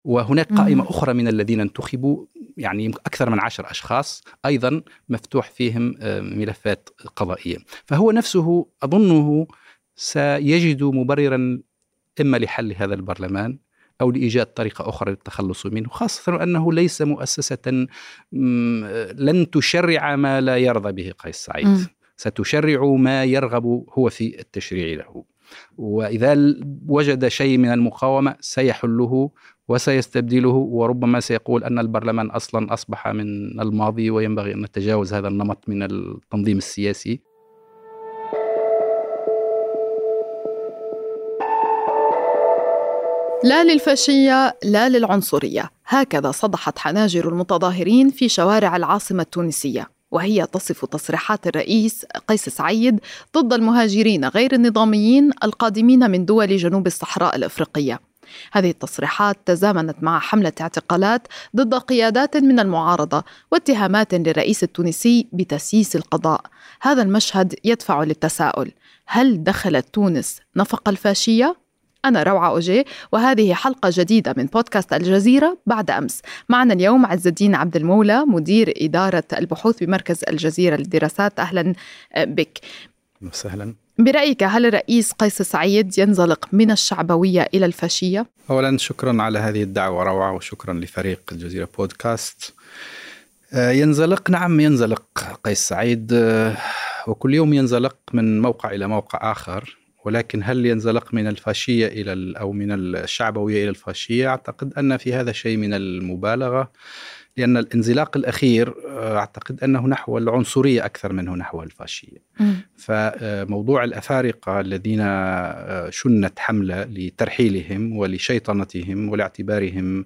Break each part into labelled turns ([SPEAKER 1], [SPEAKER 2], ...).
[SPEAKER 1] وهناك قائمة أخرى من الذين انتخبوا، يعني أكثر من 10 أشخاص أيضا مفتوح فيهم ملفات قضائية. فهو نفسه أظنه سيجد مبررا إما لحل هذا البرلمان أو لإيجاد طريقة أخرى للتخلص منه، خاصة أنه ليس مؤسسة لن تشرع ما لا يرضى به قيس سعيد، ستشرع ما يرغب هو في التشريع له، وإذا وجد شيء من المقاومة سيحله وسيستبدله، وربما سيقول أن البرلمان أصلا أصبح من الماضي وينبغي أن نتجاوز هذا النمط من التنظيم السياسي.
[SPEAKER 2] لا للفاشية لا للعنصرية، هكذا صدحت حناجر المتظاهرين في شوارع العاصمة التونسية، وهي تصف تصريحات الرئيس قيس سعيد ضد المهاجرين غير النظاميين القادمين من دول جنوب الصحراء الأفريقية. هذه التصريحات تزامنت مع حملة اعتقالات ضد قيادات من المعارضة واتهامات للرئيس التونسي بتسييس القضاء. هذا المشهد يدفع للتساؤل: هل دخلت تونس نفق الفاشية؟ أنا روعة أوجي، وهذه حلقة جديدة من بودكاست الجزيرة بعد أمس. معنا اليوم عز الدين عبد المولى، مدير إدارة البحوث بمركز الجزيرة للدراسات. أهلا بك.
[SPEAKER 1] وسهلا.
[SPEAKER 2] برأيك هل الرئيس قيس سعيد ينزلق من الشعبوية إلى الفاشية؟
[SPEAKER 1] أولا شكرا على هذه الدعوة روعة، وشكرا لفريق الجزيرة بودكاست. ينزلق، نعم ينزلق قيس سعيد، وكل يوم ينزلق من موقع إلى موقع آخر، ولكن هل ينزلق من الفاشية أو من الشعبوية إلى الفاشية؟ أعتقد أن في هذا شيء من المبالغة، لأن الانزلاق الأخير أعتقد أنه نحو العنصرية أكثر منه نحو الفاشية. فموضوع الأفارقة الذين شنت حملة لترحيلهم ولشيطنتهم ولاعتبارهم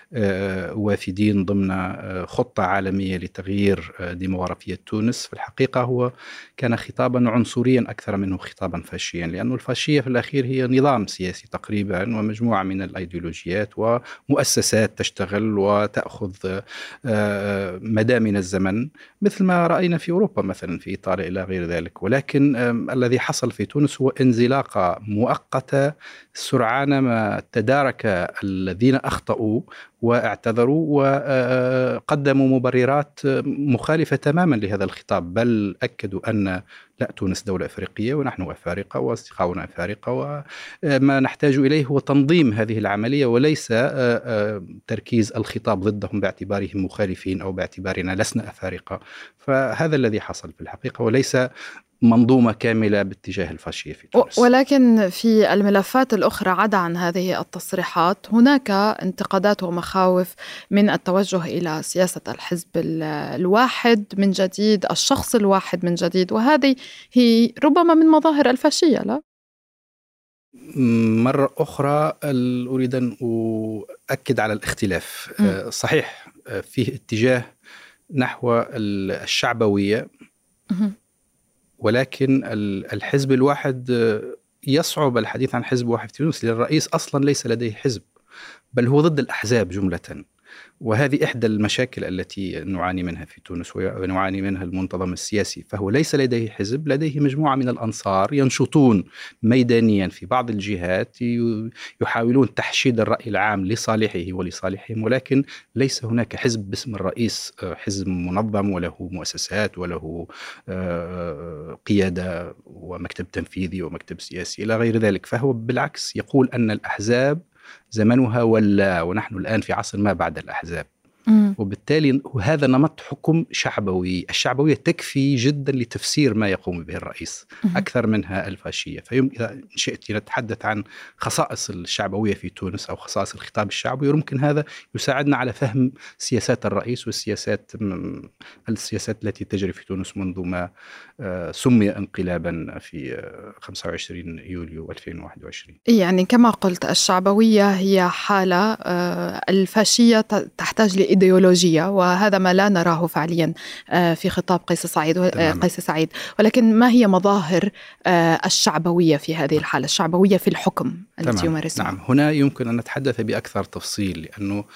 [SPEAKER 1] وافدين ضمن خطة عالمية لتغيير ديموغرافية تونس، في الحقيقة هو كان خطابا عنصريا أكثر منه خطابا فاشيا، لأن الفاشية في الأخير هي نظام سياسي تقريبا ومجموعة من الأيديولوجيات ومؤسسات تشتغل وتأخذ مدى من الزمن، مثل ما رأينا في أوروبا مثلا في إيطاليا إلى غير ذلك. ولكن الذي حصل في تونس هو انزلاقة مؤقتة سرعان ما تدارك الذين أخطأوا واعتذروا وقدموا مبررات مخالفة تماما لهذا الخطاب، بل أكدوا أن لا، تونس دولة أفريقية ونحن أفارقة وأصدقاؤنا أفارقة، وما نحتاج إليه هو تنظيم هذه العملية وليس تركيز الخطاب ضدهم باعتبارهم مخالفين أو باعتبارنا لسنا أفارقة. فهذا الذي حصل في الحقيقة، وليس منظومة كاملة باتجاه الفاشية في تونس.
[SPEAKER 2] ولكن في الملفات الأخرى عدا عن هذه التصريحات هناك انتقادات ومخاوف من التوجه إلى سياسة الحزب الواحد من جديد، الشخص الواحد من جديد، وهذه هي ربما من مظاهر الفاشية. لا؟
[SPEAKER 1] مرة أخرى أريد أن أؤكد على الاختلاف. صحيح فيه اتجاه نحو الشعبوية، ولكن الحزب الواحد يصعب الحديث عن حزب واحد في تونس، لأن الرئيس أصلا ليس لديه حزب، بل هو ضد الأحزاب جملة. وهذه إحدى المشاكل التي نعاني منها في تونس ونعاني منها المنتظم السياسي. فهو ليس لديه حزب، لديه مجموعة من الأنصار ينشطون ميدانيا في بعض الجهات، يحاولون تحشيد الرأي العام لصالحه ولصالحهم، ولكن ليس هناك حزب باسم الرئيس، حزب منظم وله مؤسسات وله قيادة ومكتب تنفيذي ومكتب سياسي إلى غير ذلك. فهو بالعكس يقول أن الأحزاب زمنها ولا، ونحن الآن في عصر ما بعد الأحزاب. وبالتالي هذا نمط حكم شعبوي. الشعبوية تكفي جدا لتفسير ما يقوم به الرئيس أكثر منها الفاشية. إذا شئت نتحدث عن خصائص الشعبوية في تونس أو خصائص الخطاب الشعبي، يمكن هذا يساعدنا على فهم سياسات الرئيس والسياسات التي تجري في تونس منذ ما سمي انقلابا في 25 يوليو 2021.
[SPEAKER 2] يعني كما قلت الشعبوية هي حالة، الفاشية تحتاج لإيديولوجية، وهذا ما لا نراه فعليا في خطاب قيس سعيد. ولكن ما هي مظاهر الشعبوية في هذه الحالة، الشعبوية في الحكم التي يمارسها؟
[SPEAKER 1] نعم، هنا يمكن أن نتحدث بأكثر تفصيل، لأنه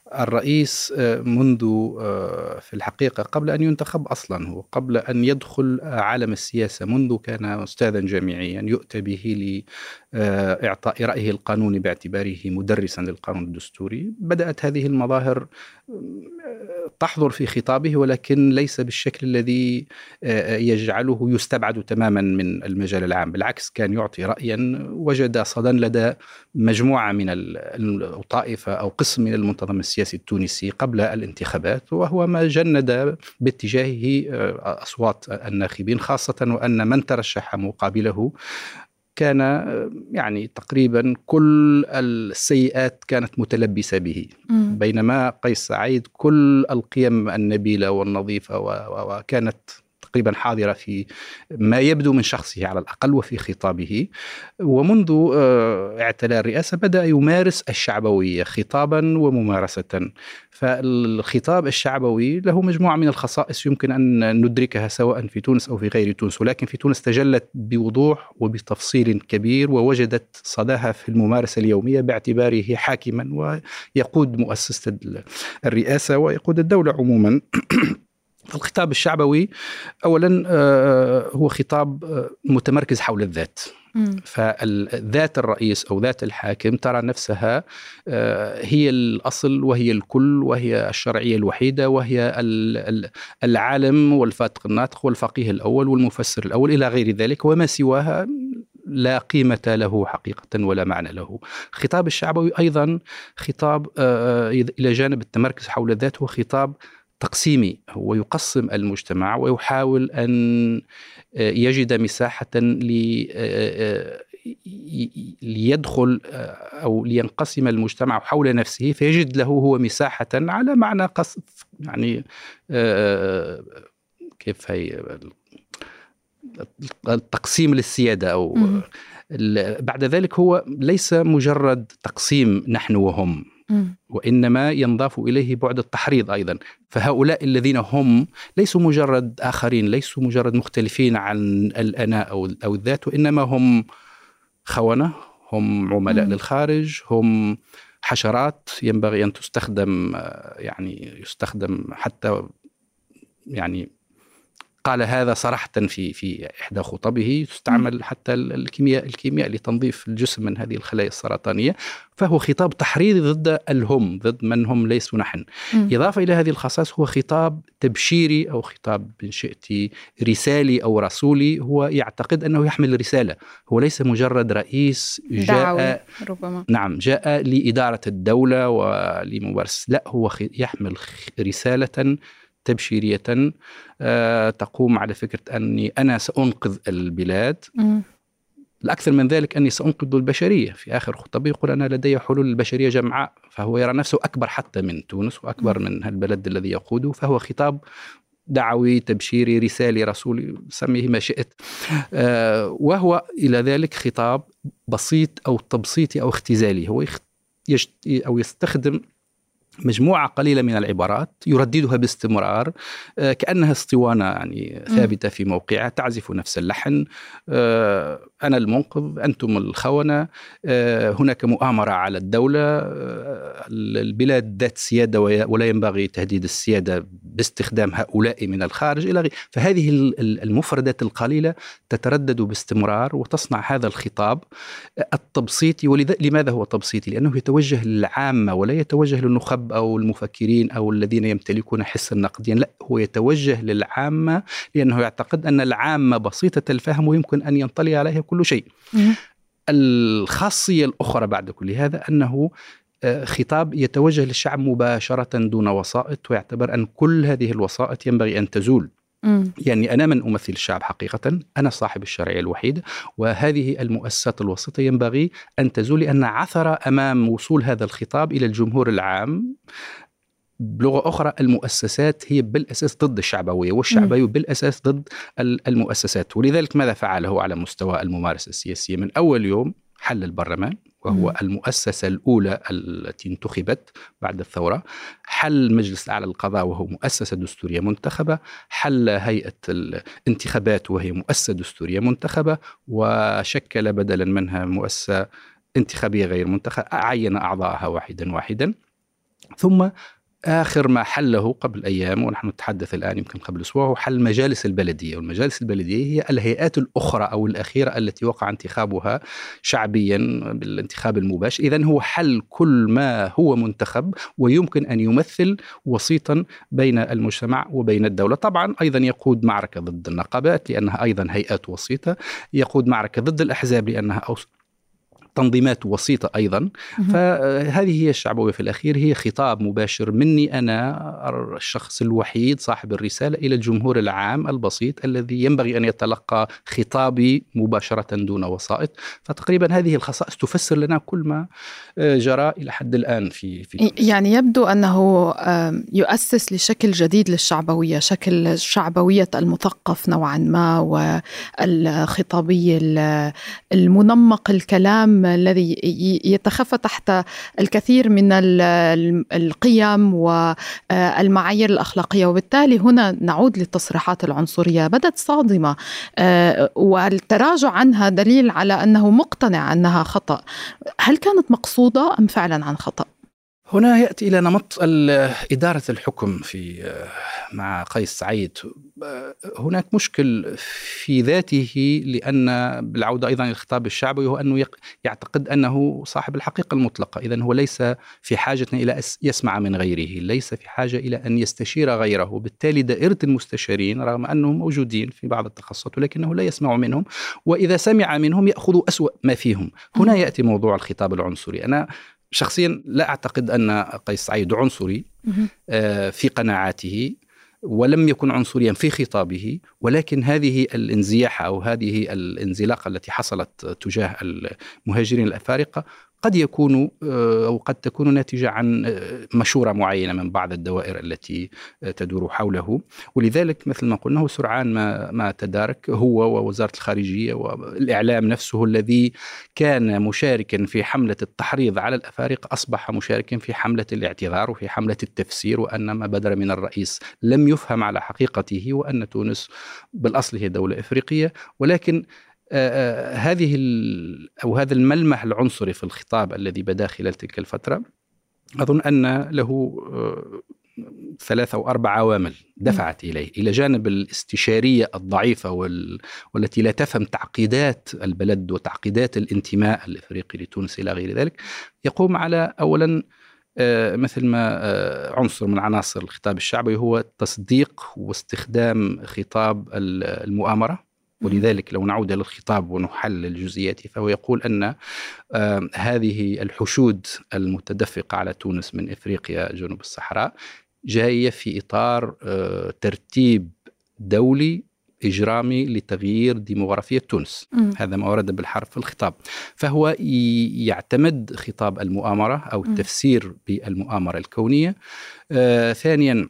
[SPEAKER 1] الرئيس منذ في الحقيقة قبل أن ينتخب أصلا، هو قبل أن يدخل عالم السياسة، منذ كان أستاذا جامعيا يؤتى به لإعطاء رأيه القانوني باعتباره مدرسا للقانون الدستوري، بدأت هذه المظاهر تحضر في خطابه، ولكن ليس بالشكل الذي يجعله يستبعد تماما من المجال العام. بالعكس، كان يعطي رأيا وجد صدى لدى مجموعة من الطائفة أو قسم من المنتظم السياسي التونسي قبل الانتخابات، وهو ما جند باتجاهه أصوات الناخبين، خاصة وأن من ترشح مقابله كان يعني تقريبا كل السيئات كانت متلبسة به، بينما قيس سعيد كل القيم النبيلة والنظيفة وكانت تقريبا حاضرة في ما يبدو من شخصه على الأقل وفي خطابه. ومنذ اعتلاء الرئاسة بدأ يمارس الشعبوية خطابا وممارسة. فالخطاب الشعبوي له مجموعة من الخصائص يمكن أن ندركها سواء في تونس أو في غير تونس، ولكن في تونس تجلت بوضوح وبتفصيل كبير، ووجدت صداها في الممارسة اليومية باعتباره حاكما ويقود مؤسسة الرئاسة ويقود الدولة عموما. الخطاب الشعبوي أولا هو خطاب متمركز حول الذات، فذات الرئيس أو ذات الحاكم ترى نفسها هي الأصل وهي الكل وهي الشرعية الوحيدة وهي العالم والفاتق الناطق والفقيه الأول والمفسر الأول إلى غير ذلك، وما سواها لا قيمة له حقيقة ولا معنى له. الخطاب الشعبوي أيضا خطاب إلى جانب التمركز حول الذات هو خطاب تقسيمي، هو يقسم المجتمع ويحاول أن يجد مساحة ليدخل أو لينقسم المجتمع حول نفسه، فيجد له هو مساحة على معنى يعني كيف هي التقسيم للسيادة أو بعد ذلك هو ليس مجرد تقسيم نحن وهم، وإنما ينضاف إليه بعد التحريض أيضا. فهؤلاء الذين هم ليسوا مجرد آخرين، ليسوا مجرد مختلفين عن الأنا أو الذات، وإنما هم خونة، هم عملاء للخارج، هم حشرات ينبغي أن تستخدم، يعني يستخدم حتى يعني قال هذا صراحة في إحدى خطبه، تستعمل حتى الكيمياء لتنظيف الجسم من هذه الخلايا السرطانية. فهو خطاب تحريضي ضد الهم، ضد من هم ليسوا نحن. إضافة إلى هذه الخصائص هو خطاب تبشيري أو خطاب إن شئت رسالي أو رسولي، هو يعتقد أنه يحمل رسالة، هو ليس مجرد رئيس جاء
[SPEAKER 2] ربما
[SPEAKER 1] نعم جاء لإدارة الدولة ولممارسة، لا، هو يحمل رسالة تبشيرية تقوم على فكرة أني أنا سأنقذ البلاد، الأكثر من ذلك أني سأنقذ البشرية. في آخر خطبه يقول أنا لدي حلول البشرية جمعاء، فهو يرى نفسه أكبر حتى من تونس وأكبر من البلد الذي يقوده. فهو خطاب دعوي تبشيري رسالي رسولي، سميه ما شئت. وهو إلى ذلك خطاب بسيط أو تبسيطي أو اختزالي، هو أو يستخدم مجموعة قليلة من العبارات يرددها باستمرار كأنها اسطوانة يعني ثابتة في موقعها، تعزف نفس اللحن. أنا المنقذ، أنتم الخونة، هناك مؤامرة على الدولة، البلاد ذات سيادة ولا ينبغي تهديد السيادة باستخدام هؤلاء من الخارج إلى غيره. فهذه المفردات القليلة تتردد باستمرار وتصنع هذا الخطاب التبسيطي. لماذا هو تبسيطي؟ لأنه يتوجه للعامة ولا يتوجه للنخب أو المفكرين أو الذين يمتلكون حسا نقديا، لا، هو يتوجه للعامة لأنه يعتقد أن العامة بسيطة الفهم ويمكن أن ينطلي عليها كل شيء. الخاصية الأخرى بعد كل هذا أنه خطاب يتوجه للشعب مباشرة دون وسائط، ويعتبر أن كل هذه الوسائط ينبغي أن تزول. يعني أنا من أمثل الشعب حقيقة، أنا صاحب الشرعية الوحيد، وهذه المؤسسات الوسيطة ينبغي أن تزول، لأن عثر أمام وصول هذا الخطاب إلى الجمهور العام. بلغة أخرى المؤسسات هي بالأساس ضد الشعبوية، والشعبوية بالأساس ضد المؤسسات. ولذلك ماذا فعله على مستوى الممارسة السياسية؟ من أول يوم حل البرلمان، وهو المؤسسة الأولى التي انتخبت بعد الثورة، حل مجلس الأعلى للقضاء وهو مؤسسة دستورية منتخبة، حل هيئة الانتخابات وهي مؤسسة دستورية منتخبة، وشكل بدلا منها مؤسسة انتخابية غير منتخبة، عين أعضاءها واحدا واحدا. ثم آخر ما حله قبل أيام، ونحن نتحدث الآن يمكن قبل أسبوع، هو حل مجالس البلدية. والمجالس البلدية هي الهيئات الأخرى أو الأخيرة التي وقع انتخابها شعبيا بالانتخاب المباشر. إذن هو حل كل ما هو منتخب ويمكن أن يمثل وسيطا بين المجتمع وبين الدولة. طبعا أيضا يقود معركة ضد النقابات لأنها أيضا هيئات وسيطة، يقود معركة ضد الأحزاب لأنها تنظيمات وسيطة أيضا. فهذه هي الشعبوية في الأخير، هي خطاب مباشر مني أنا الشخص الوحيد صاحب الرسالة إلى الجمهور العام البسيط الذي ينبغي أن يتلقى خطابي مباشرة دون وسائط. فتقريبا هذه الخصائص تفسر لنا كل ما جرى إلى حد الآن في
[SPEAKER 2] يعني يبدو أنه يؤسس لشكل جديد للشعبوية، شكل شعبوية المثقف نوعا ما، والخطابي المنمق الكلام الذي يتخفى تحت الكثير من القيم والمعايير الأخلاقية. وبالتالي هنا نعود للتصريحات العنصرية، بدت صادمة والتراجع عنها دليل على أنه مقتنع أنها خطأ. هل كانت مقصودة أم فعلا عن خطأ؟
[SPEAKER 1] هنا يأتي إلى نمط إدارة الحكم مع قيس سعيد. هناك مشكل في ذاته، لأن بالعودة أيضا للخطاب الشعبي هو أنه يعتقد أنه صاحب الحقيقة المطلقة. إذن هو ليس في حاجة إلى يسمع من غيره، ليس في حاجة إلى أن يستشير غيره. بالتالي دائرة المستشارين رغم أنهم موجودين في بعض التخصصات ولكنه لا يسمع منهم، وإذا سمع منهم يأخذ أسوأ ما فيهم. هنا يأتي موضوع الخطاب العنصري. أنا شخصيا لا أعتقد أن قيس سعيد عنصري في قناعاته، ولم يكن عنصريا في خطابه، ولكن هذه الانزياحة أو هذه الانزلاقة التي حصلت تجاه المهاجرين الأفارقة قد يكون أو قد تكون ناتجة عن مشورة معينة من بعض الدوائر التي تدور حوله. ولذلك مثل ما قلنا سرعان ما تدارك هو ووزارة الخارجية والإعلام نفسه الذي كان مشاركا في حملة التحريض على الأفارقة أصبح مشاركا في حملة الاعتذار وفي حملة التفسير، وأن ما بدر من الرئيس لم يفهم على حقيقته، وأن تونس بالأصل هي دولة إفريقية. ولكن هذه أو هذا الملمح العنصري في الخطاب الذي بدا خلال تلك الفترة أظن أن له 3 أو 4 عوامل دفعت إليه، إلى جانب الاستشارية الضعيفة والتي لا تفهم تعقيدات البلد وتعقيدات الانتماء الإفريقي لتونس إلى غير ذلك. يقوم على أولا مثل ما عنصر من عناصر الخطاب الشعبي هو تصديق واستخدام خطاب المؤامرة. ولذلك لو نعود إلى الخطاب ونحلل الجزئيات فهو يقول أن هذه الحشود المتدفقة على تونس من إفريقيا جنوب الصحراء جاية في إطار ترتيب دولي إجرامي لتغيير ديموغرافية تونس. هذا ما ورد بالحرف في الخطاب. فهو يعتمد خطاب المؤامرة أو التفسير بالمؤامرة الكونية. ثانيا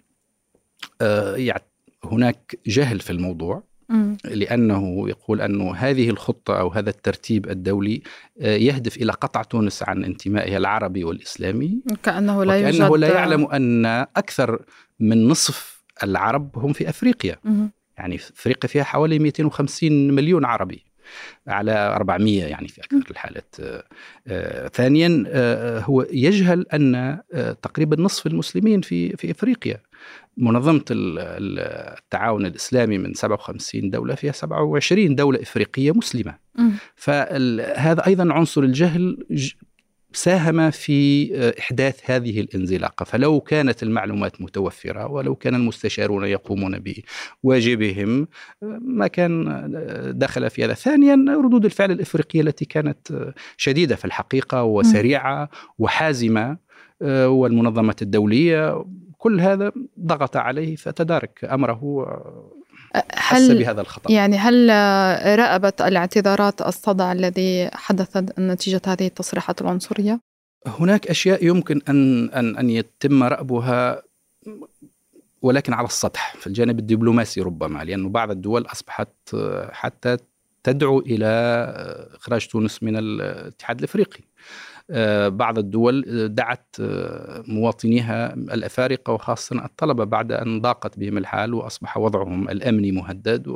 [SPEAKER 1] هناك جهل في الموضوع، لأنه يقول أنه هذه الخطة أو هذا الترتيب الدولي يهدف إلى قطع تونس عن انتمائها العربي والإسلامي،
[SPEAKER 2] كأنه
[SPEAKER 1] لا يعلم أن أكثر من نصف العرب هم في أفريقيا. يعني أفريقيا فيها حوالي 250 مليون عربي على 400 يعني في أكثر الحالات. ثانيا هو يجهل أن تقريبا نصف المسلمين في أفريقيا. منظمة التعاون الإسلامي من 57 دولة فيها 27 دولة إفريقية مسلمة. فهذا أيضا عنصر الجهل ساهم في إحداث هذه الانزلاقة. فلو كانت المعلومات متوفرة ولو كان المستشارون يقومون بواجبهم ما كان دخل في هذا. ثانيا ردود الفعل الإفريقية التي كانت شديدة في الحقيقة وسريعة وحازمة، والمنظمة الدولية كل هذا ضغط عليه فتدارك أمره، حس بهذا الخطأ.
[SPEAKER 2] يعني هل راقبت الاعتذارات الصدع الذي حدث نتيجة هذه التصريحات العنصرية؟
[SPEAKER 1] هناك أشياء يمكن أن يتم رأبها، ولكن على السطح في الجانب الدبلوماسي ربما، لأن بعض الدول أصبحت حتى تدعو إلى إخراج تونس من الاتحاد الإفريقي. بعض الدول دعت مواطنيها الأفارقة وخاصة الطلبة بعد أن ضاقت بهم الحال وأصبح وضعهم الأمني مهدد،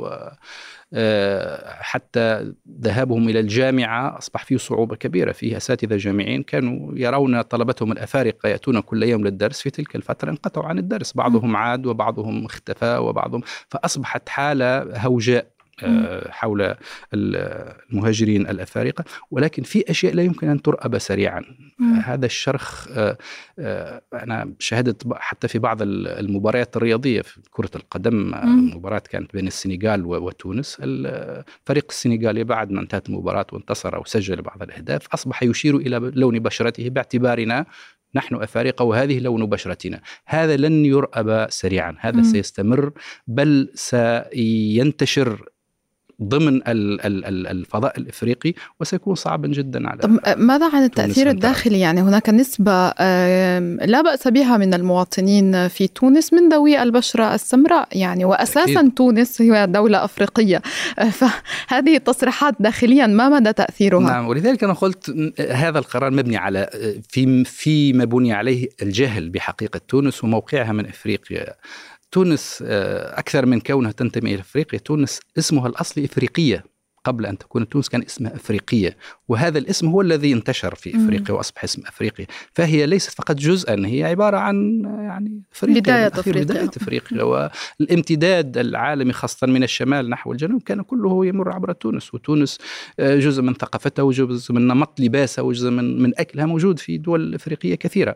[SPEAKER 1] حتى ذهابهم إلى الجامعة أصبح فيه صعوبة كبيرة. فيه أساتذة جامعيين كانوا يرون طلبتهم الأفارقة يأتون كل يوم للدرس، في تلك الفترة انقطعوا عن الدرس، بعضهم عاد وبعضهم اختفى وبعضهم، فأصبحت حالة هوجاء حول المهاجرين الأفارقة. ولكن في أشياء لا يمكن أن ترأب سريعا. هذا الشرخ أنا شاهدت حتى في بعض المباريات الرياضية في كرة القدم، مباراة كانت بين السنغال وتونس، الفريق السنغالي بعد ما انتهت المباراة وانتصر وسجل بعض الأهداف أصبح يشير إلى لون بشرته باعتبارنا نحن أفارقة وهذه لون بشرتنا. هذا لن يرأب سريعا، هذا سيستمر بل سينتشر ضمن الفضاء الإفريقي وسيكون صعبا جدا على.
[SPEAKER 2] طب ماذا عن التأثير الداخلي؟ يعني هناك نسبة لا بأس بها من المواطنين في تونس من ذوي البشرة السمراء، يعني وأساسا أكيد. تونس هي دولة أفريقية، فهذه التصريحات داخليا ما مدى تأثيرها؟
[SPEAKER 1] نعم، ولذلك أنا قلت هذا القرار مبني على في مبني عليه الجهل بحقيقة تونس وموقعها من أفريقيا. تونس أكثر من كونها تنتمي إلى أفريقيا، تونس اسمها الأصلي إفريقية. قبل أن تكون تونس كان اسمها أفريقية، وهذا الاسم هو الذي انتشر في أفريقيا وأصبح اسم أفريقيا. فهي ليست فقط جزءا، هي عبارة عن يعني
[SPEAKER 2] بداية
[SPEAKER 1] أفريقيا والامتداد العالمي خاصة من الشمال نحو الجنوب كان كله يمر عبر تونس. وتونس جزء من ثقافتها وجزء من نمط لباسها وجزء من أكلها موجود في دول أفريقية كثيرة.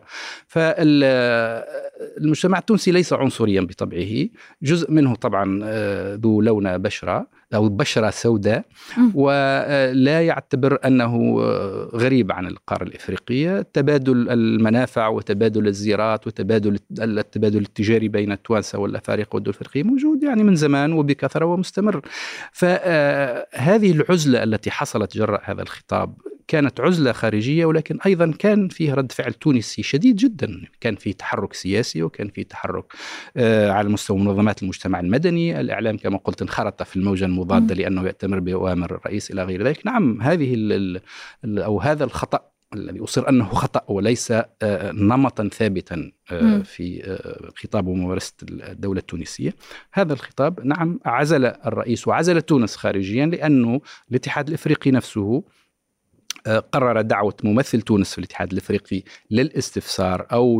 [SPEAKER 1] فالمجتمع التونسي ليس عنصريا بطبعه، جزء منه طبعا ذو لون بشرة أو بشرة سوداء، ولا يعتبر أنه غريب عن القارة الإفريقية. تبادل المنافع وتبادل الزيارات وتبادل التبادل التجاري بين التوانسة والأفارقة والدول الإفريقية موجود يعني من زمان وبكثرة ومستمر. فهذه العزلة التي حصلت جراء هذا الخطاب كانت عزلة خارجية، ولكن أيضا كان فيه رد فعل تونسي شديد جدا. كان فيه تحرك سياسي وكان فيه تحرك على مستوى منظمات المجتمع المدني. الإعلام كما قلت انخرط في الموجة المضادة لأنه يأتمر بأوامر الرئيس إلى غير ذلك. نعم، أو هذا الخطأ الذي أصر أنه خطأ وليس نمطا ثابتا في خطاب وممارسة الدولة التونسية. هذا الخطاب نعم عزل الرئيس وعزل تونس خارجيا، لأنه الاتحاد الإفريقي نفسه قرر دعوة ممثل تونس في الاتحاد الإفريقي للاستفسار أو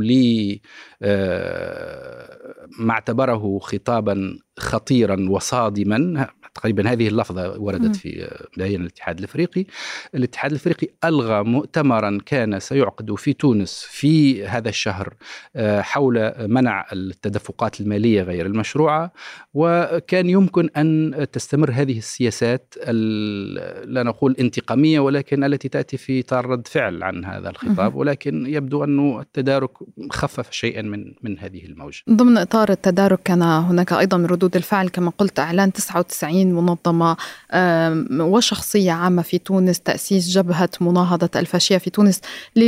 [SPEAKER 1] ما اعتبره خطابا خطيرا وصادما. تقريبا هذه اللفظة وردت في بيان الاتحاد الإفريقي. الاتحاد الإفريقي ألغى مؤتمرا كان سيعقد في تونس في هذا الشهر حول منع التدفقات المالية غير المشروعة، وكان يمكن أن تستمر هذه السياسات لا نقول انتقامية ولكن التي تأتي في إطار رد فعل عن هذا الخطاب. ولكن يبدو أن التدارك خفف شيئا من هذه الموجة.
[SPEAKER 2] ضمن إطار التدارك كان هناك أيضا من ردود الفعل كما قلت إعلان 99 منظمة وشخصية عامة في تونس تأسيس جبهة مناهضة الفاشية في تونس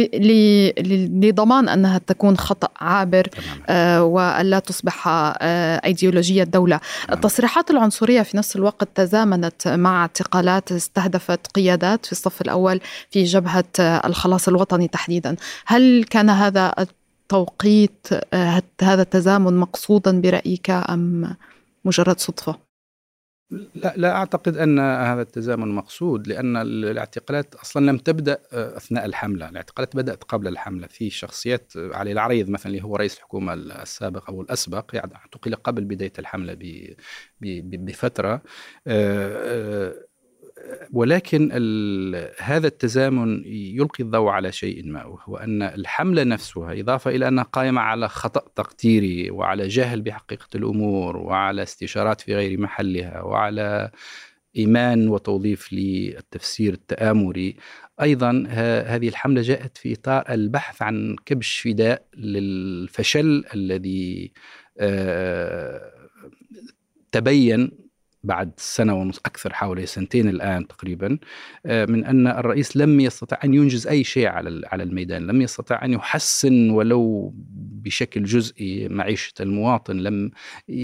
[SPEAKER 2] لضمان أنها تكون خطأ عابر وألا تصبح أيديولوجية دولة. التصريحات العنصرية في نفس الوقت تزامنت مع اعتقالات استهدفت قيادات في الصف الأول في جبهة الخلاص الوطني تحديدا. هل كان هذا التوقيت هذا التزامن مقصودا برأيك أم مجرد صدفة؟
[SPEAKER 1] لا أعتقد أن هذا التزامن مقصود، لأن الاعتقالات أصلا لم تبدأ أثناء الحملة. الاعتقالات بدأت قبل الحملة. في شخصيات علي العريض مثلا اللي هو رئيس الحكومة السابق أو الأسبق يعني اعتقل قبل بداية الحملة بفترة. ولكن هذا التزامن يلقي الضوء على شيء ما، وهو أن الحملة نفسها إضافة إلى أنها قائمة على خطأ تقديري وعلى جهل بحقيقة الأمور وعلى استشارات في غير محلها وعلى إيمان وتوظيف للتفسير التآمري. أيضا هذه الحملة جاءت في إطار البحث عن كبش فداء للفشل الذي تبين بعد سنة ونص، أكثر حوالي سنتين الآن تقريبا، من أن الرئيس لم يستطع أن ينجز أي شيء على الميدان. لم يستطع أن يحسن ولو بشكل جزئي معيشة المواطن.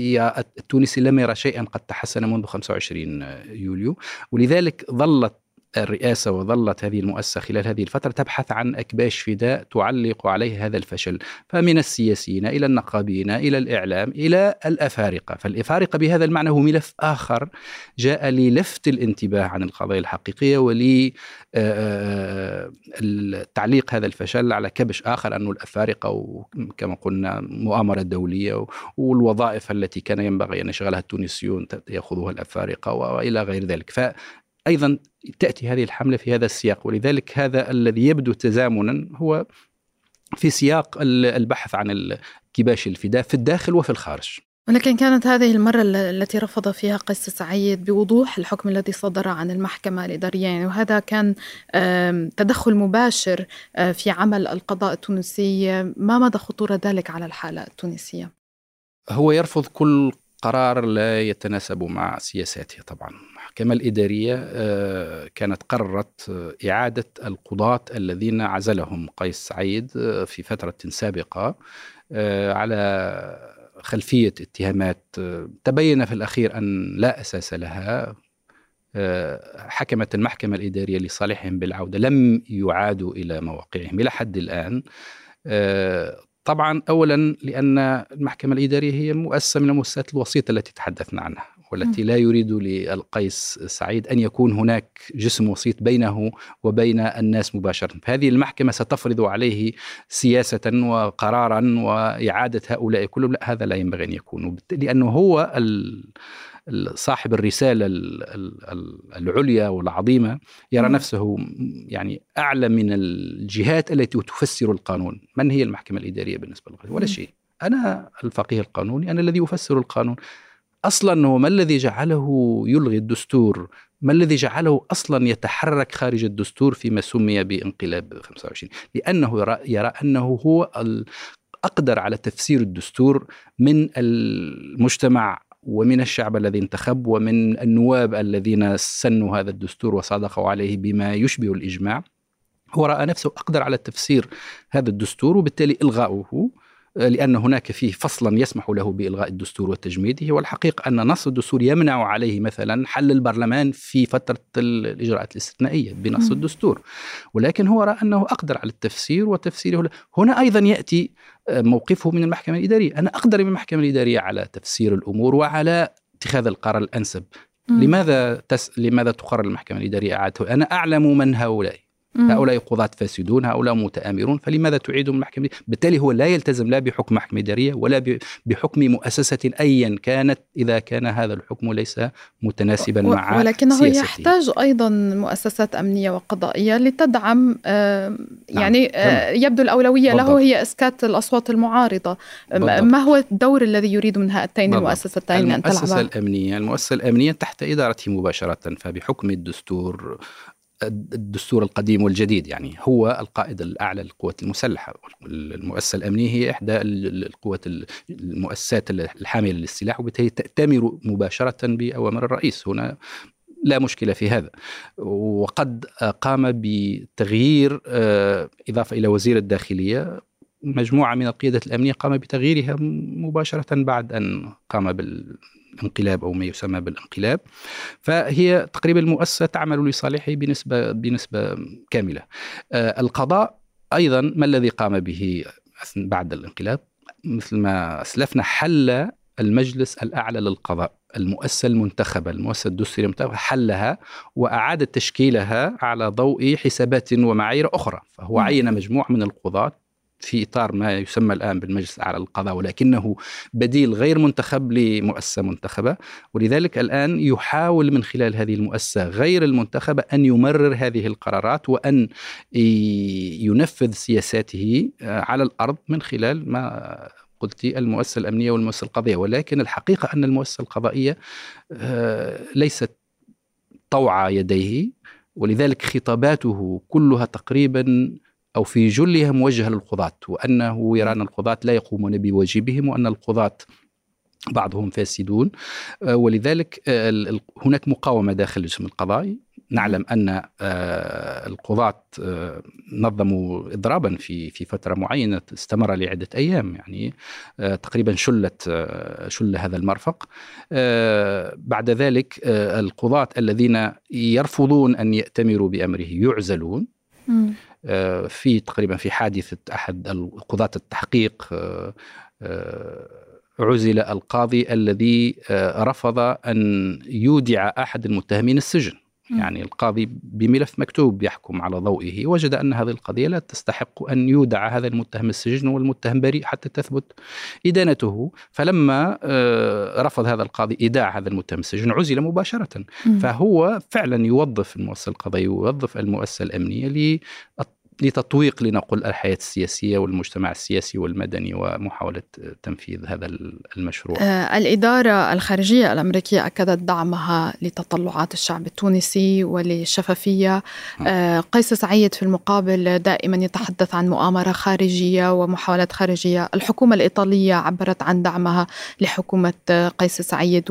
[SPEAKER 1] التونسي لم يرى شيئا قد تحسن منذ 25 يوليو. ولذلك ظلت الرئاسة وظلت هذه المؤسسة خلال هذه الفترة تبحث عن أكباش فداء تعلق عليه هذا الفشل، فمن السياسيين إلى النقابيين إلى الإعلام إلى الأفارقة. فالأفارقة بهذا المعنى هو ملف آخر جاء للفت الانتباه عن القضايا الحقيقية ولتعليق هذا الفشل على كبش آخر، أنه الأفارقة وكما قلنا مؤامرة دولية، والوظائف التي كان ينبغي أن يشغلها التونسيون يأخذوها الأفارقة وإلى غير ذلك. أيضا تأتي هذه الحملة في هذا السياق، ولذلك هذا الذي يبدو تزامنا هو في سياق البحث عن كباش الفداء في الداخل وفي الخارج.
[SPEAKER 2] ولكن كانت هذه المرة التي رفض فيها قيس سعيد بوضوح الحكم الذي صدر عن المحكمة الإدارية، يعني وهذا كان تدخل مباشر في عمل القضاء التونسي. ما مدى خطورة ذلك على الحالة التونسية؟
[SPEAKER 1] هو يرفض كل قرار لا يتناسب مع سياساته. طبعا المحكمة الإدارية كانت قررت إعادة القضاة الذين عزلهم قيس سعيد في فترة سابقة على خلفية اتهامات تبين في الأخير أن لا أساس لها. حكمت المحكمة الإدارية لصالحهم بالعودة، لم يعادوا إلى مواقعهم إلى حد الآن. طبعا أولا لأن المحكمة الإدارية هي مؤسسة من المؤسسات الوسيطة التي تحدثنا عنها، والتي لا يريد للقيس سعيد أن يكون هناك جسم وسيط بينه وبين الناس مباشرة. فهذه المحكمة ستفرض عليه سياسة وقرارا وإعادة هؤلاء كلهم، لا، هذا لا ينبغي أن يكون، لأنه هو صاحب الرسالة العليا والعظيمة، يرى نفسه يعني أعلى من الجهات التي تفسر القانون. من هي المحكمة الإدارية بالنسبة له؟ ولا شيء. أنا الفقيه القانوني، أنا الذي أفسر القانون. أصلا هو ما الذي جعله يلغي الدستور؟ ما الذي جعله أصلا يتحرك خارج الدستور فيما سمي بانقلاب 25؟ لأنه يرى أنه هو أقدر على تفسير الدستور من المجتمع ومن الشعب الذي انتخب ومن النواب الذين سنوا هذا الدستور وصادقوا عليه بما يشبه الإجماع. هو رأى نفسه أقدر على تفسير هذا الدستور، وبالتالي إلغاؤه، لأن هناك فيه فصلا يسمح له بإلغاء الدستور وتجميده. والحقيقة أن نص الدستور يمنع عليه مثلا حل البرلمان في فترة الإجراءات الاستثنائية بنص الدستور، ولكن هو رأى أنه أقدر على التفسير وتفسيره. هنا أيضا يأتي موقفه من المحكمة الإدارية. أنا أقدر من المحكمة الإدارية على تفسير الأمور وعلى اتخاذ القرار الأنسب. لماذا تقرر المحكمة الإدارية إعادته؟ أنا أعلم من هؤلاء قضاة فاسدون، هؤلاء متآمرون، فلماذا تعيدهم المحكمة؟ بالتالي هو لا يلتزم لا بحكم محكمة إدارية ولا بحكم مؤسسة أيا كانت، إذا كان هذا الحكم ليس متناسبا مع
[SPEAKER 2] ولكنه
[SPEAKER 1] سياسته.
[SPEAKER 2] يحتاج أيضا مؤسسات أمنية وقضائية لتدعم يعني يبدو الأولوية بالضبط. له هي إسكات الأصوات المعارضة. بالضبط. ما هو الدور الذي يريد من هاتين المؤسستين أن تلعبا؟
[SPEAKER 1] المؤسسة الأمنية تحت إدارته مباشرة، فبحكم الدستور القديم والجديد يعني هو القائد الأعلى للقوات المسلحة. المؤسسة الأمنية هي إحدى القوات المؤسسات الحامية للسلاح، وبالتالي تأتمر مباشرة بأوامر الرئيس. هنا لا مشكلة في هذا. وقد قام بتغيير إضافة إلى وزير الداخلية مجموعة من القيادة الأمنية قام بتغييرها مباشرة بعد أن قام بالانقلاب أو ما يسمى بالانقلاب. فهي تقريبا المؤسسة تعمل لصالحه بنسبة كاملة. القضاء أيضا ما الذي قام به بعد الانقلاب؟ مثل ما أسلفنا، حل المجلس الأعلى للقضاء، المؤسسة المنتخبة، المؤسسة الدستورية المنتخبة، حلها وأعاد تشكيلها على ضوء حسابات ومعايير أخرى. فهو عين مجموعة من القضاة في إطار ما يسمى الآن بالمجلس الأعلى للقضاء، ولكنه بديل غير منتخب لمؤسسة منتخبة. ولذلك الآن يحاول من خلال هذه المؤسسة غير المنتخبة أن يمرر هذه القرارات وأن ينفذ سياساته على الأرض من خلال ما قلت المؤسسة الأمنية والمؤسسة القضائية. ولكن الحقيقة أن المؤسسة القضائية ليست طوع يديه، ولذلك خطاباته كلها تقريبا أو في جلها موجهة للقضاة، وأنه يرى أن القضاة لا يقومون بواجبهم وأن القضاة بعضهم فاسدون. ولذلك هناك مقاومة داخل الجسم القضائي نعلم أن القضاة نظموا إضرابا في فترة معينة استمر لعدة أيام، يعني تقريبا شل هذا المرفق. بعد ذلك القضاة الذين يرفضون أن يأتمروا بأمره يعزلون. في حادثة أحد قضاة التحقيق عزل القاضي الذي رفض أن يودع أحد المتهمين السجن. يعني القاضي بملف مكتوب يحكم على ضوئه وجد أن هذه القضية لا تستحق أن يودع هذا المتهم السجن والمتهم بريء حتى تثبت إدانته. فلما رفض هذا القاضي إيداع هذا المتهم السجن عزل مباشرة. فهو فعلا يوظف المؤسسة القضائية يوظف المؤسسة الأمنية لتطويق لنقل الحياة السياسية والمجتمع السياسي والمدني ومحاولة تنفيذ هذا المشروع.
[SPEAKER 2] الإدارة الخارجية الأمريكية أكدت دعمها لتطلعات الشعب التونسي وللشفافية. قيس سعيد في المقابل دائما يتحدث عن مؤامرة خارجية ومحاولات خارجية. الحكومة الإيطالية عبرت عن دعمها لحكومة قيس سعيد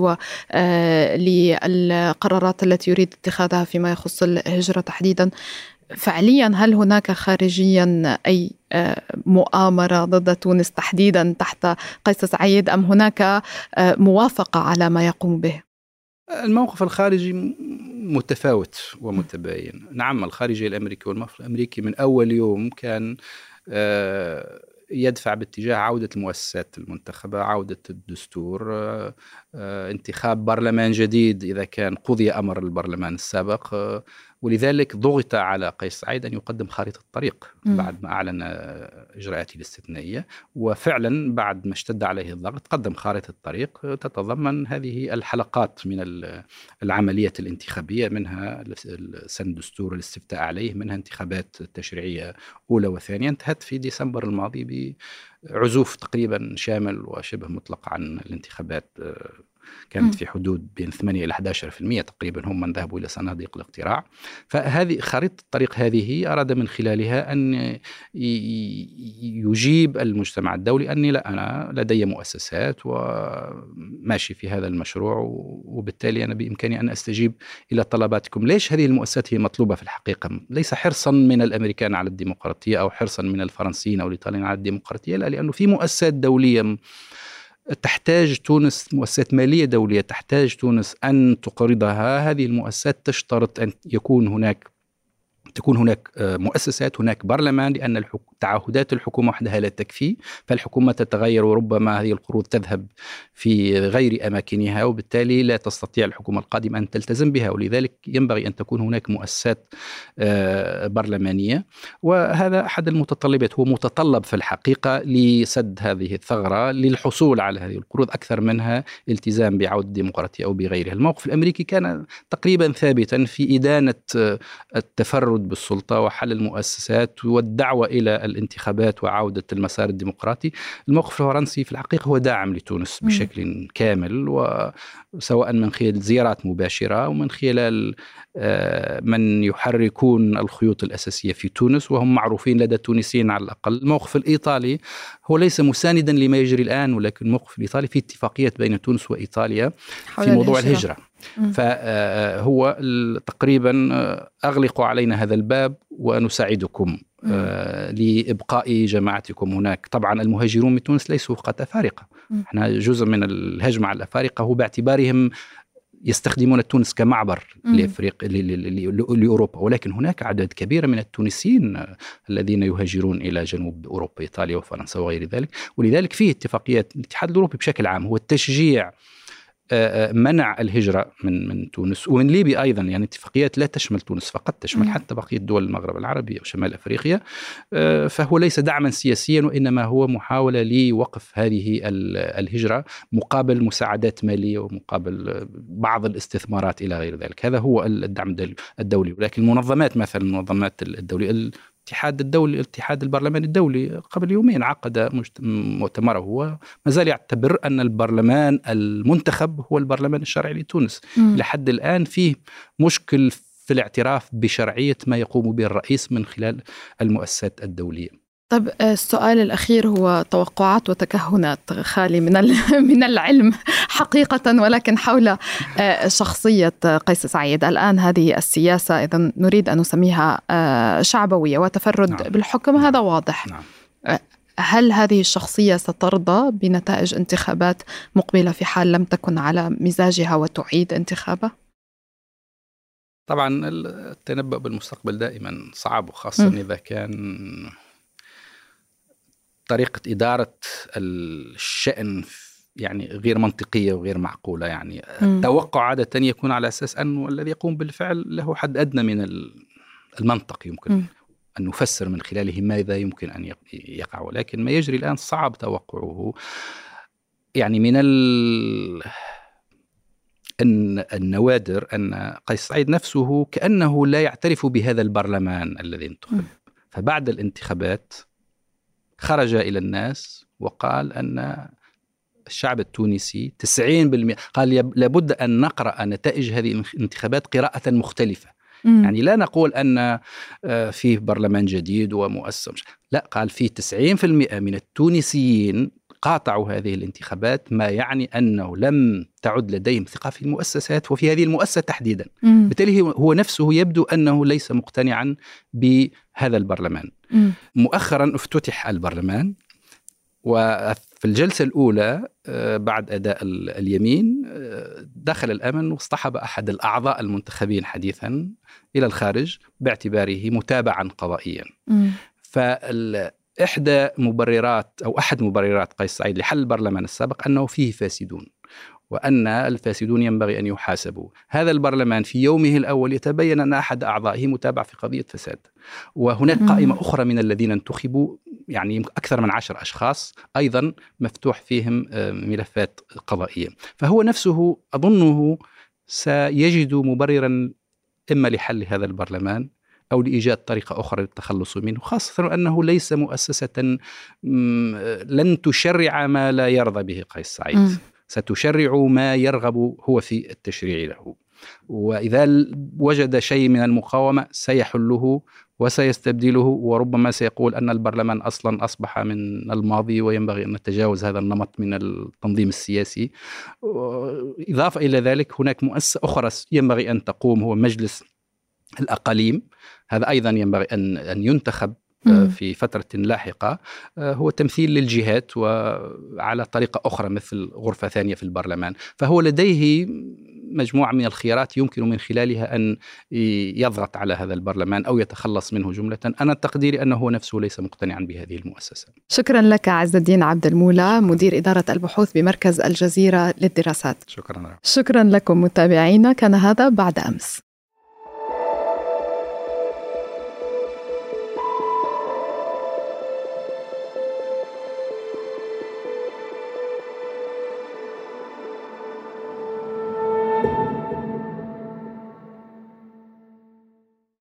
[SPEAKER 2] وللقرارات التي يريد اتخاذها فيما يخص الهجرة تحديدا. فعليا هل هناك خارجيا أي مؤامرة ضد تونس تحديدا تحت قيس سعيد أم هناك موافقة على ما يقوم به؟
[SPEAKER 1] الموقف الخارجي متفاوت ومتباين. نعم، الخارجية الأمريكي والموقف الأمريكي من أول يوم كان يدفع باتجاه عودة المؤسسات المنتخبة، عودة الدستور، انتخاب برلمان جديد إذا كان قضي أمر البرلمان السابق. ولذلك ضغط على قيس سعيد أن يقدم خارطة الطريق بعد ما أعلن إجراءاته الاستثنائية. وفعلا بعد ما اشتد عليه الضغط قدم خارطة الطريق تتضمن هذه الحلقات من العملية الانتخابية، منها سن الدستور الاستفتاء عليه، منها انتخابات تشريعية أولى وثانية انتهت في ديسمبر الماضي بعزوف تقريبا شامل وشبه مطلق عن الانتخابات. كانت في حدود بين 8 إلى 11% تقريبا هم من ذهبوا إلى صناديق الاقتراع. فهذه خريطة الطريق هذه أراد من خلالها أن يجيب المجتمع الدولي أني لا، أنا لدي مؤسسات وماشي في هذا المشروع، وبالتالي أنا بإمكاني أن أستجيب إلى طلباتكم. ليش هذه المؤسسات هي مطلوبة في الحقيقة؟ ليس حرصا من الأمريكان على الديمقراطية أو حرصا من الفرنسيين أو الإيطاليين على الديمقراطية، لا، لأنه في مؤسسات دولية تحتاج تونس، مؤسسات مالية دولية تحتاج تونس أن تقرضها. هذه المؤسسات تشترط أن تكون هناك مؤسسات، هناك برلمان، لأن تعهدات الحكومة وحدها لا تكفي، فالحكومة تتغير وربما هذه القروض تذهب في غير أماكنها، وبالتالي لا تستطيع الحكومة القادمة أن تلتزم بها. ولذلك ينبغي أن تكون هناك مؤسسات برلمانية، وهذا أحد المتطلبات، هو متطلب في الحقيقة لسد هذه الثغرة للحصول على هذه القروض، أكثر منها التزام بعودة الديمقراطية أو بغيرها. الموقف الأمريكي كان تقريبا ثابتا في إدانة التفرد بالسلطة وحل المؤسسات والدعوة إلى الانتخابات وعودة المسار الديمقراطي. الموقف الفرنسي في الحقيقة هو داعم لتونس بشكل كامل، وسواء من خلال زيارات مباشرة ومن خلال من يحركون الخيوط الأساسية في تونس وهم معروفين لدى التونسيين على الأقل. الموقف الإيطالي هو ليس مساندا لما يجري الآن، ولكن الموقف الإيطالي في اتفاقية بين تونس وإيطاليا في موضوع الهجرة. فهو تقريبا أغلقوا علينا هذا الباب ونساعدكم لإبقاء جماعتكم هناك. طبعا المهاجرون من تونس ليسوا فقط أفارقة، احنا جزء من الهجمة على الأفارقة هو باعتبارهم يستخدمون تونس كمعبر لأوروبا، ولكن هناك عدد كبير من التونسيين الذين يهاجرون إلى جنوب أوروبا، إيطاليا وفرنسا وغير ذلك. ولذلك فيه اتفاقيات الاتحاد الأوروبي بشكل عام هو التشجيع منع الهجرة من تونس ومن ليبيا أيضا، يعني اتفاقيات لا تشمل تونس فقط، تشمل حتى بقية دول المغرب العربي وشمال أفريقيا. فهو ليس دعما سياسيا، وإنما هو محاولة لوقف هذه الهجرة مقابل مساعدات مالية ومقابل بعض الاستثمارات إلى غير ذلك. هذا هو الدعم الدولي. ولكن المنظمات، مثلا المنظمات الدولية، الاتحاد البرلماني الدولي قبل يومين عقد مؤتمره، وما زال يعتبر أن البرلمان المنتخب هو البرلمان الشرعي لتونس. لحد الآن فيه مشكل في الاعتراف بشرعية ما يقوم به الرئيس من خلال المؤسسات الدولية.
[SPEAKER 2] طب السؤال الأخير هو توقعات وتكهنات خالي من العلم حقيقة، ولكن حول شخصية قيس سعيد. الآن هذه السياسة إذا نريد أن نسميها شعبوية وتفرد
[SPEAKER 1] نعم.
[SPEAKER 2] بالحكم، هذا واضح.
[SPEAKER 1] نعم.
[SPEAKER 2] هل هذه الشخصية سترضى بنتائج انتخابات مقبلة في حال لم تكن على مزاجها وتعيد انتخابه؟
[SPEAKER 1] طبعا التنبؤ بالمستقبل دائما صعب، وخاصة إذا كان طريقة إدارة الشأن يعني غير منطقية وغير معقولة. يعني التوقع عادة يكون على أساس أنه الذي يقوم بالفعل له حد أدنى من المنطق يمكن أن نفسر من خلاله ماذا يمكن أن يقع، ولكن ما يجري الآن صعب توقعه. يعني من النوادر أن قيس سعيد نفسه كأنه لا يعترف بهذا البرلمان الذي انتخب. فبعد الانتخابات خرج إلى الناس وقال أن الشعب التونسي 90% قال لابد أن نقرأ نتائج هذه الانتخابات قراءة مختلفة. يعني لا نقول أن فيه برلمان جديد ومؤسس، لا، قال فيه 90% من التونسيين قاطعوا هذه الانتخابات، ما يعني أنه لم تعد لديهم ثقة في المؤسسات وفي هذه المؤسسة تحديدا. بالتالي هو نفسه يبدو أنه ليس مقتنعا بهذا البرلمان. مؤخرا افتتح البرلمان، وفي الجلسة الأولى بعد أداء اليمين دخل الأمن واصطحب أحد الأعضاء المنتخبين حديثا إلى الخارج باعتباره متابعا قضائيا. فإحدى مبررات أو أحد مبررات قيس سعيد لحل البرلمان السابق أنه فيه فاسدون، وأن الفاسدون ينبغي أن يحاسبوا. هذا البرلمان في يومه الأول يتبين أن أحد أعضائه متابع في قضية فساد، وهناك قائمة أخرى من الذين انتخبوا، يعني أكثر من 10 أشخاص أيضا مفتوح فيهم ملفات قضائية. فهو نفسه أظنه سيجد مبررا إما لحل هذا البرلمان أو لإيجاد طريقة أخرى للتخلص منه، خاصة أنه ليس مؤسسة لن تشرع ما لا يرضى به قيس سعيد، ستشرع ما يرغب هو في التشريع له. وإذا وجد شيء من المقاومة سيحله وسيستبدله، وربما سيقول أن البرلمان أصلا أصبح من الماضي وينبغي أن نتجاوز هذا النمط من التنظيم السياسي. إضافة إلى ذلك هناك مؤسسة أخرى ينبغي أن تقوم، هو مجلس الأقاليم. هذا أيضا ينبغي أن ينتخب في فترة لاحقة، هو تمثيل للجهات وعلى طريقة أخرى مثل غرفة ثانية في البرلمان. فهو لديه مجموعة من الخيارات يمكن من خلالها أن يضغط على هذا البرلمان أو يتخلص منه جملة. أنا تقديري أنه هو نفسه ليس مقتنعا بهذه المؤسسة.
[SPEAKER 2] شكرا لك عز الدين عبد المولى، مدير إدارة البحوث بمركز الجزيرة للدراسات.
[SPEAKER 1] شكرا.
[SPEAKER 2] شكرا لكم متابعينا، كان هذا بعد أمس.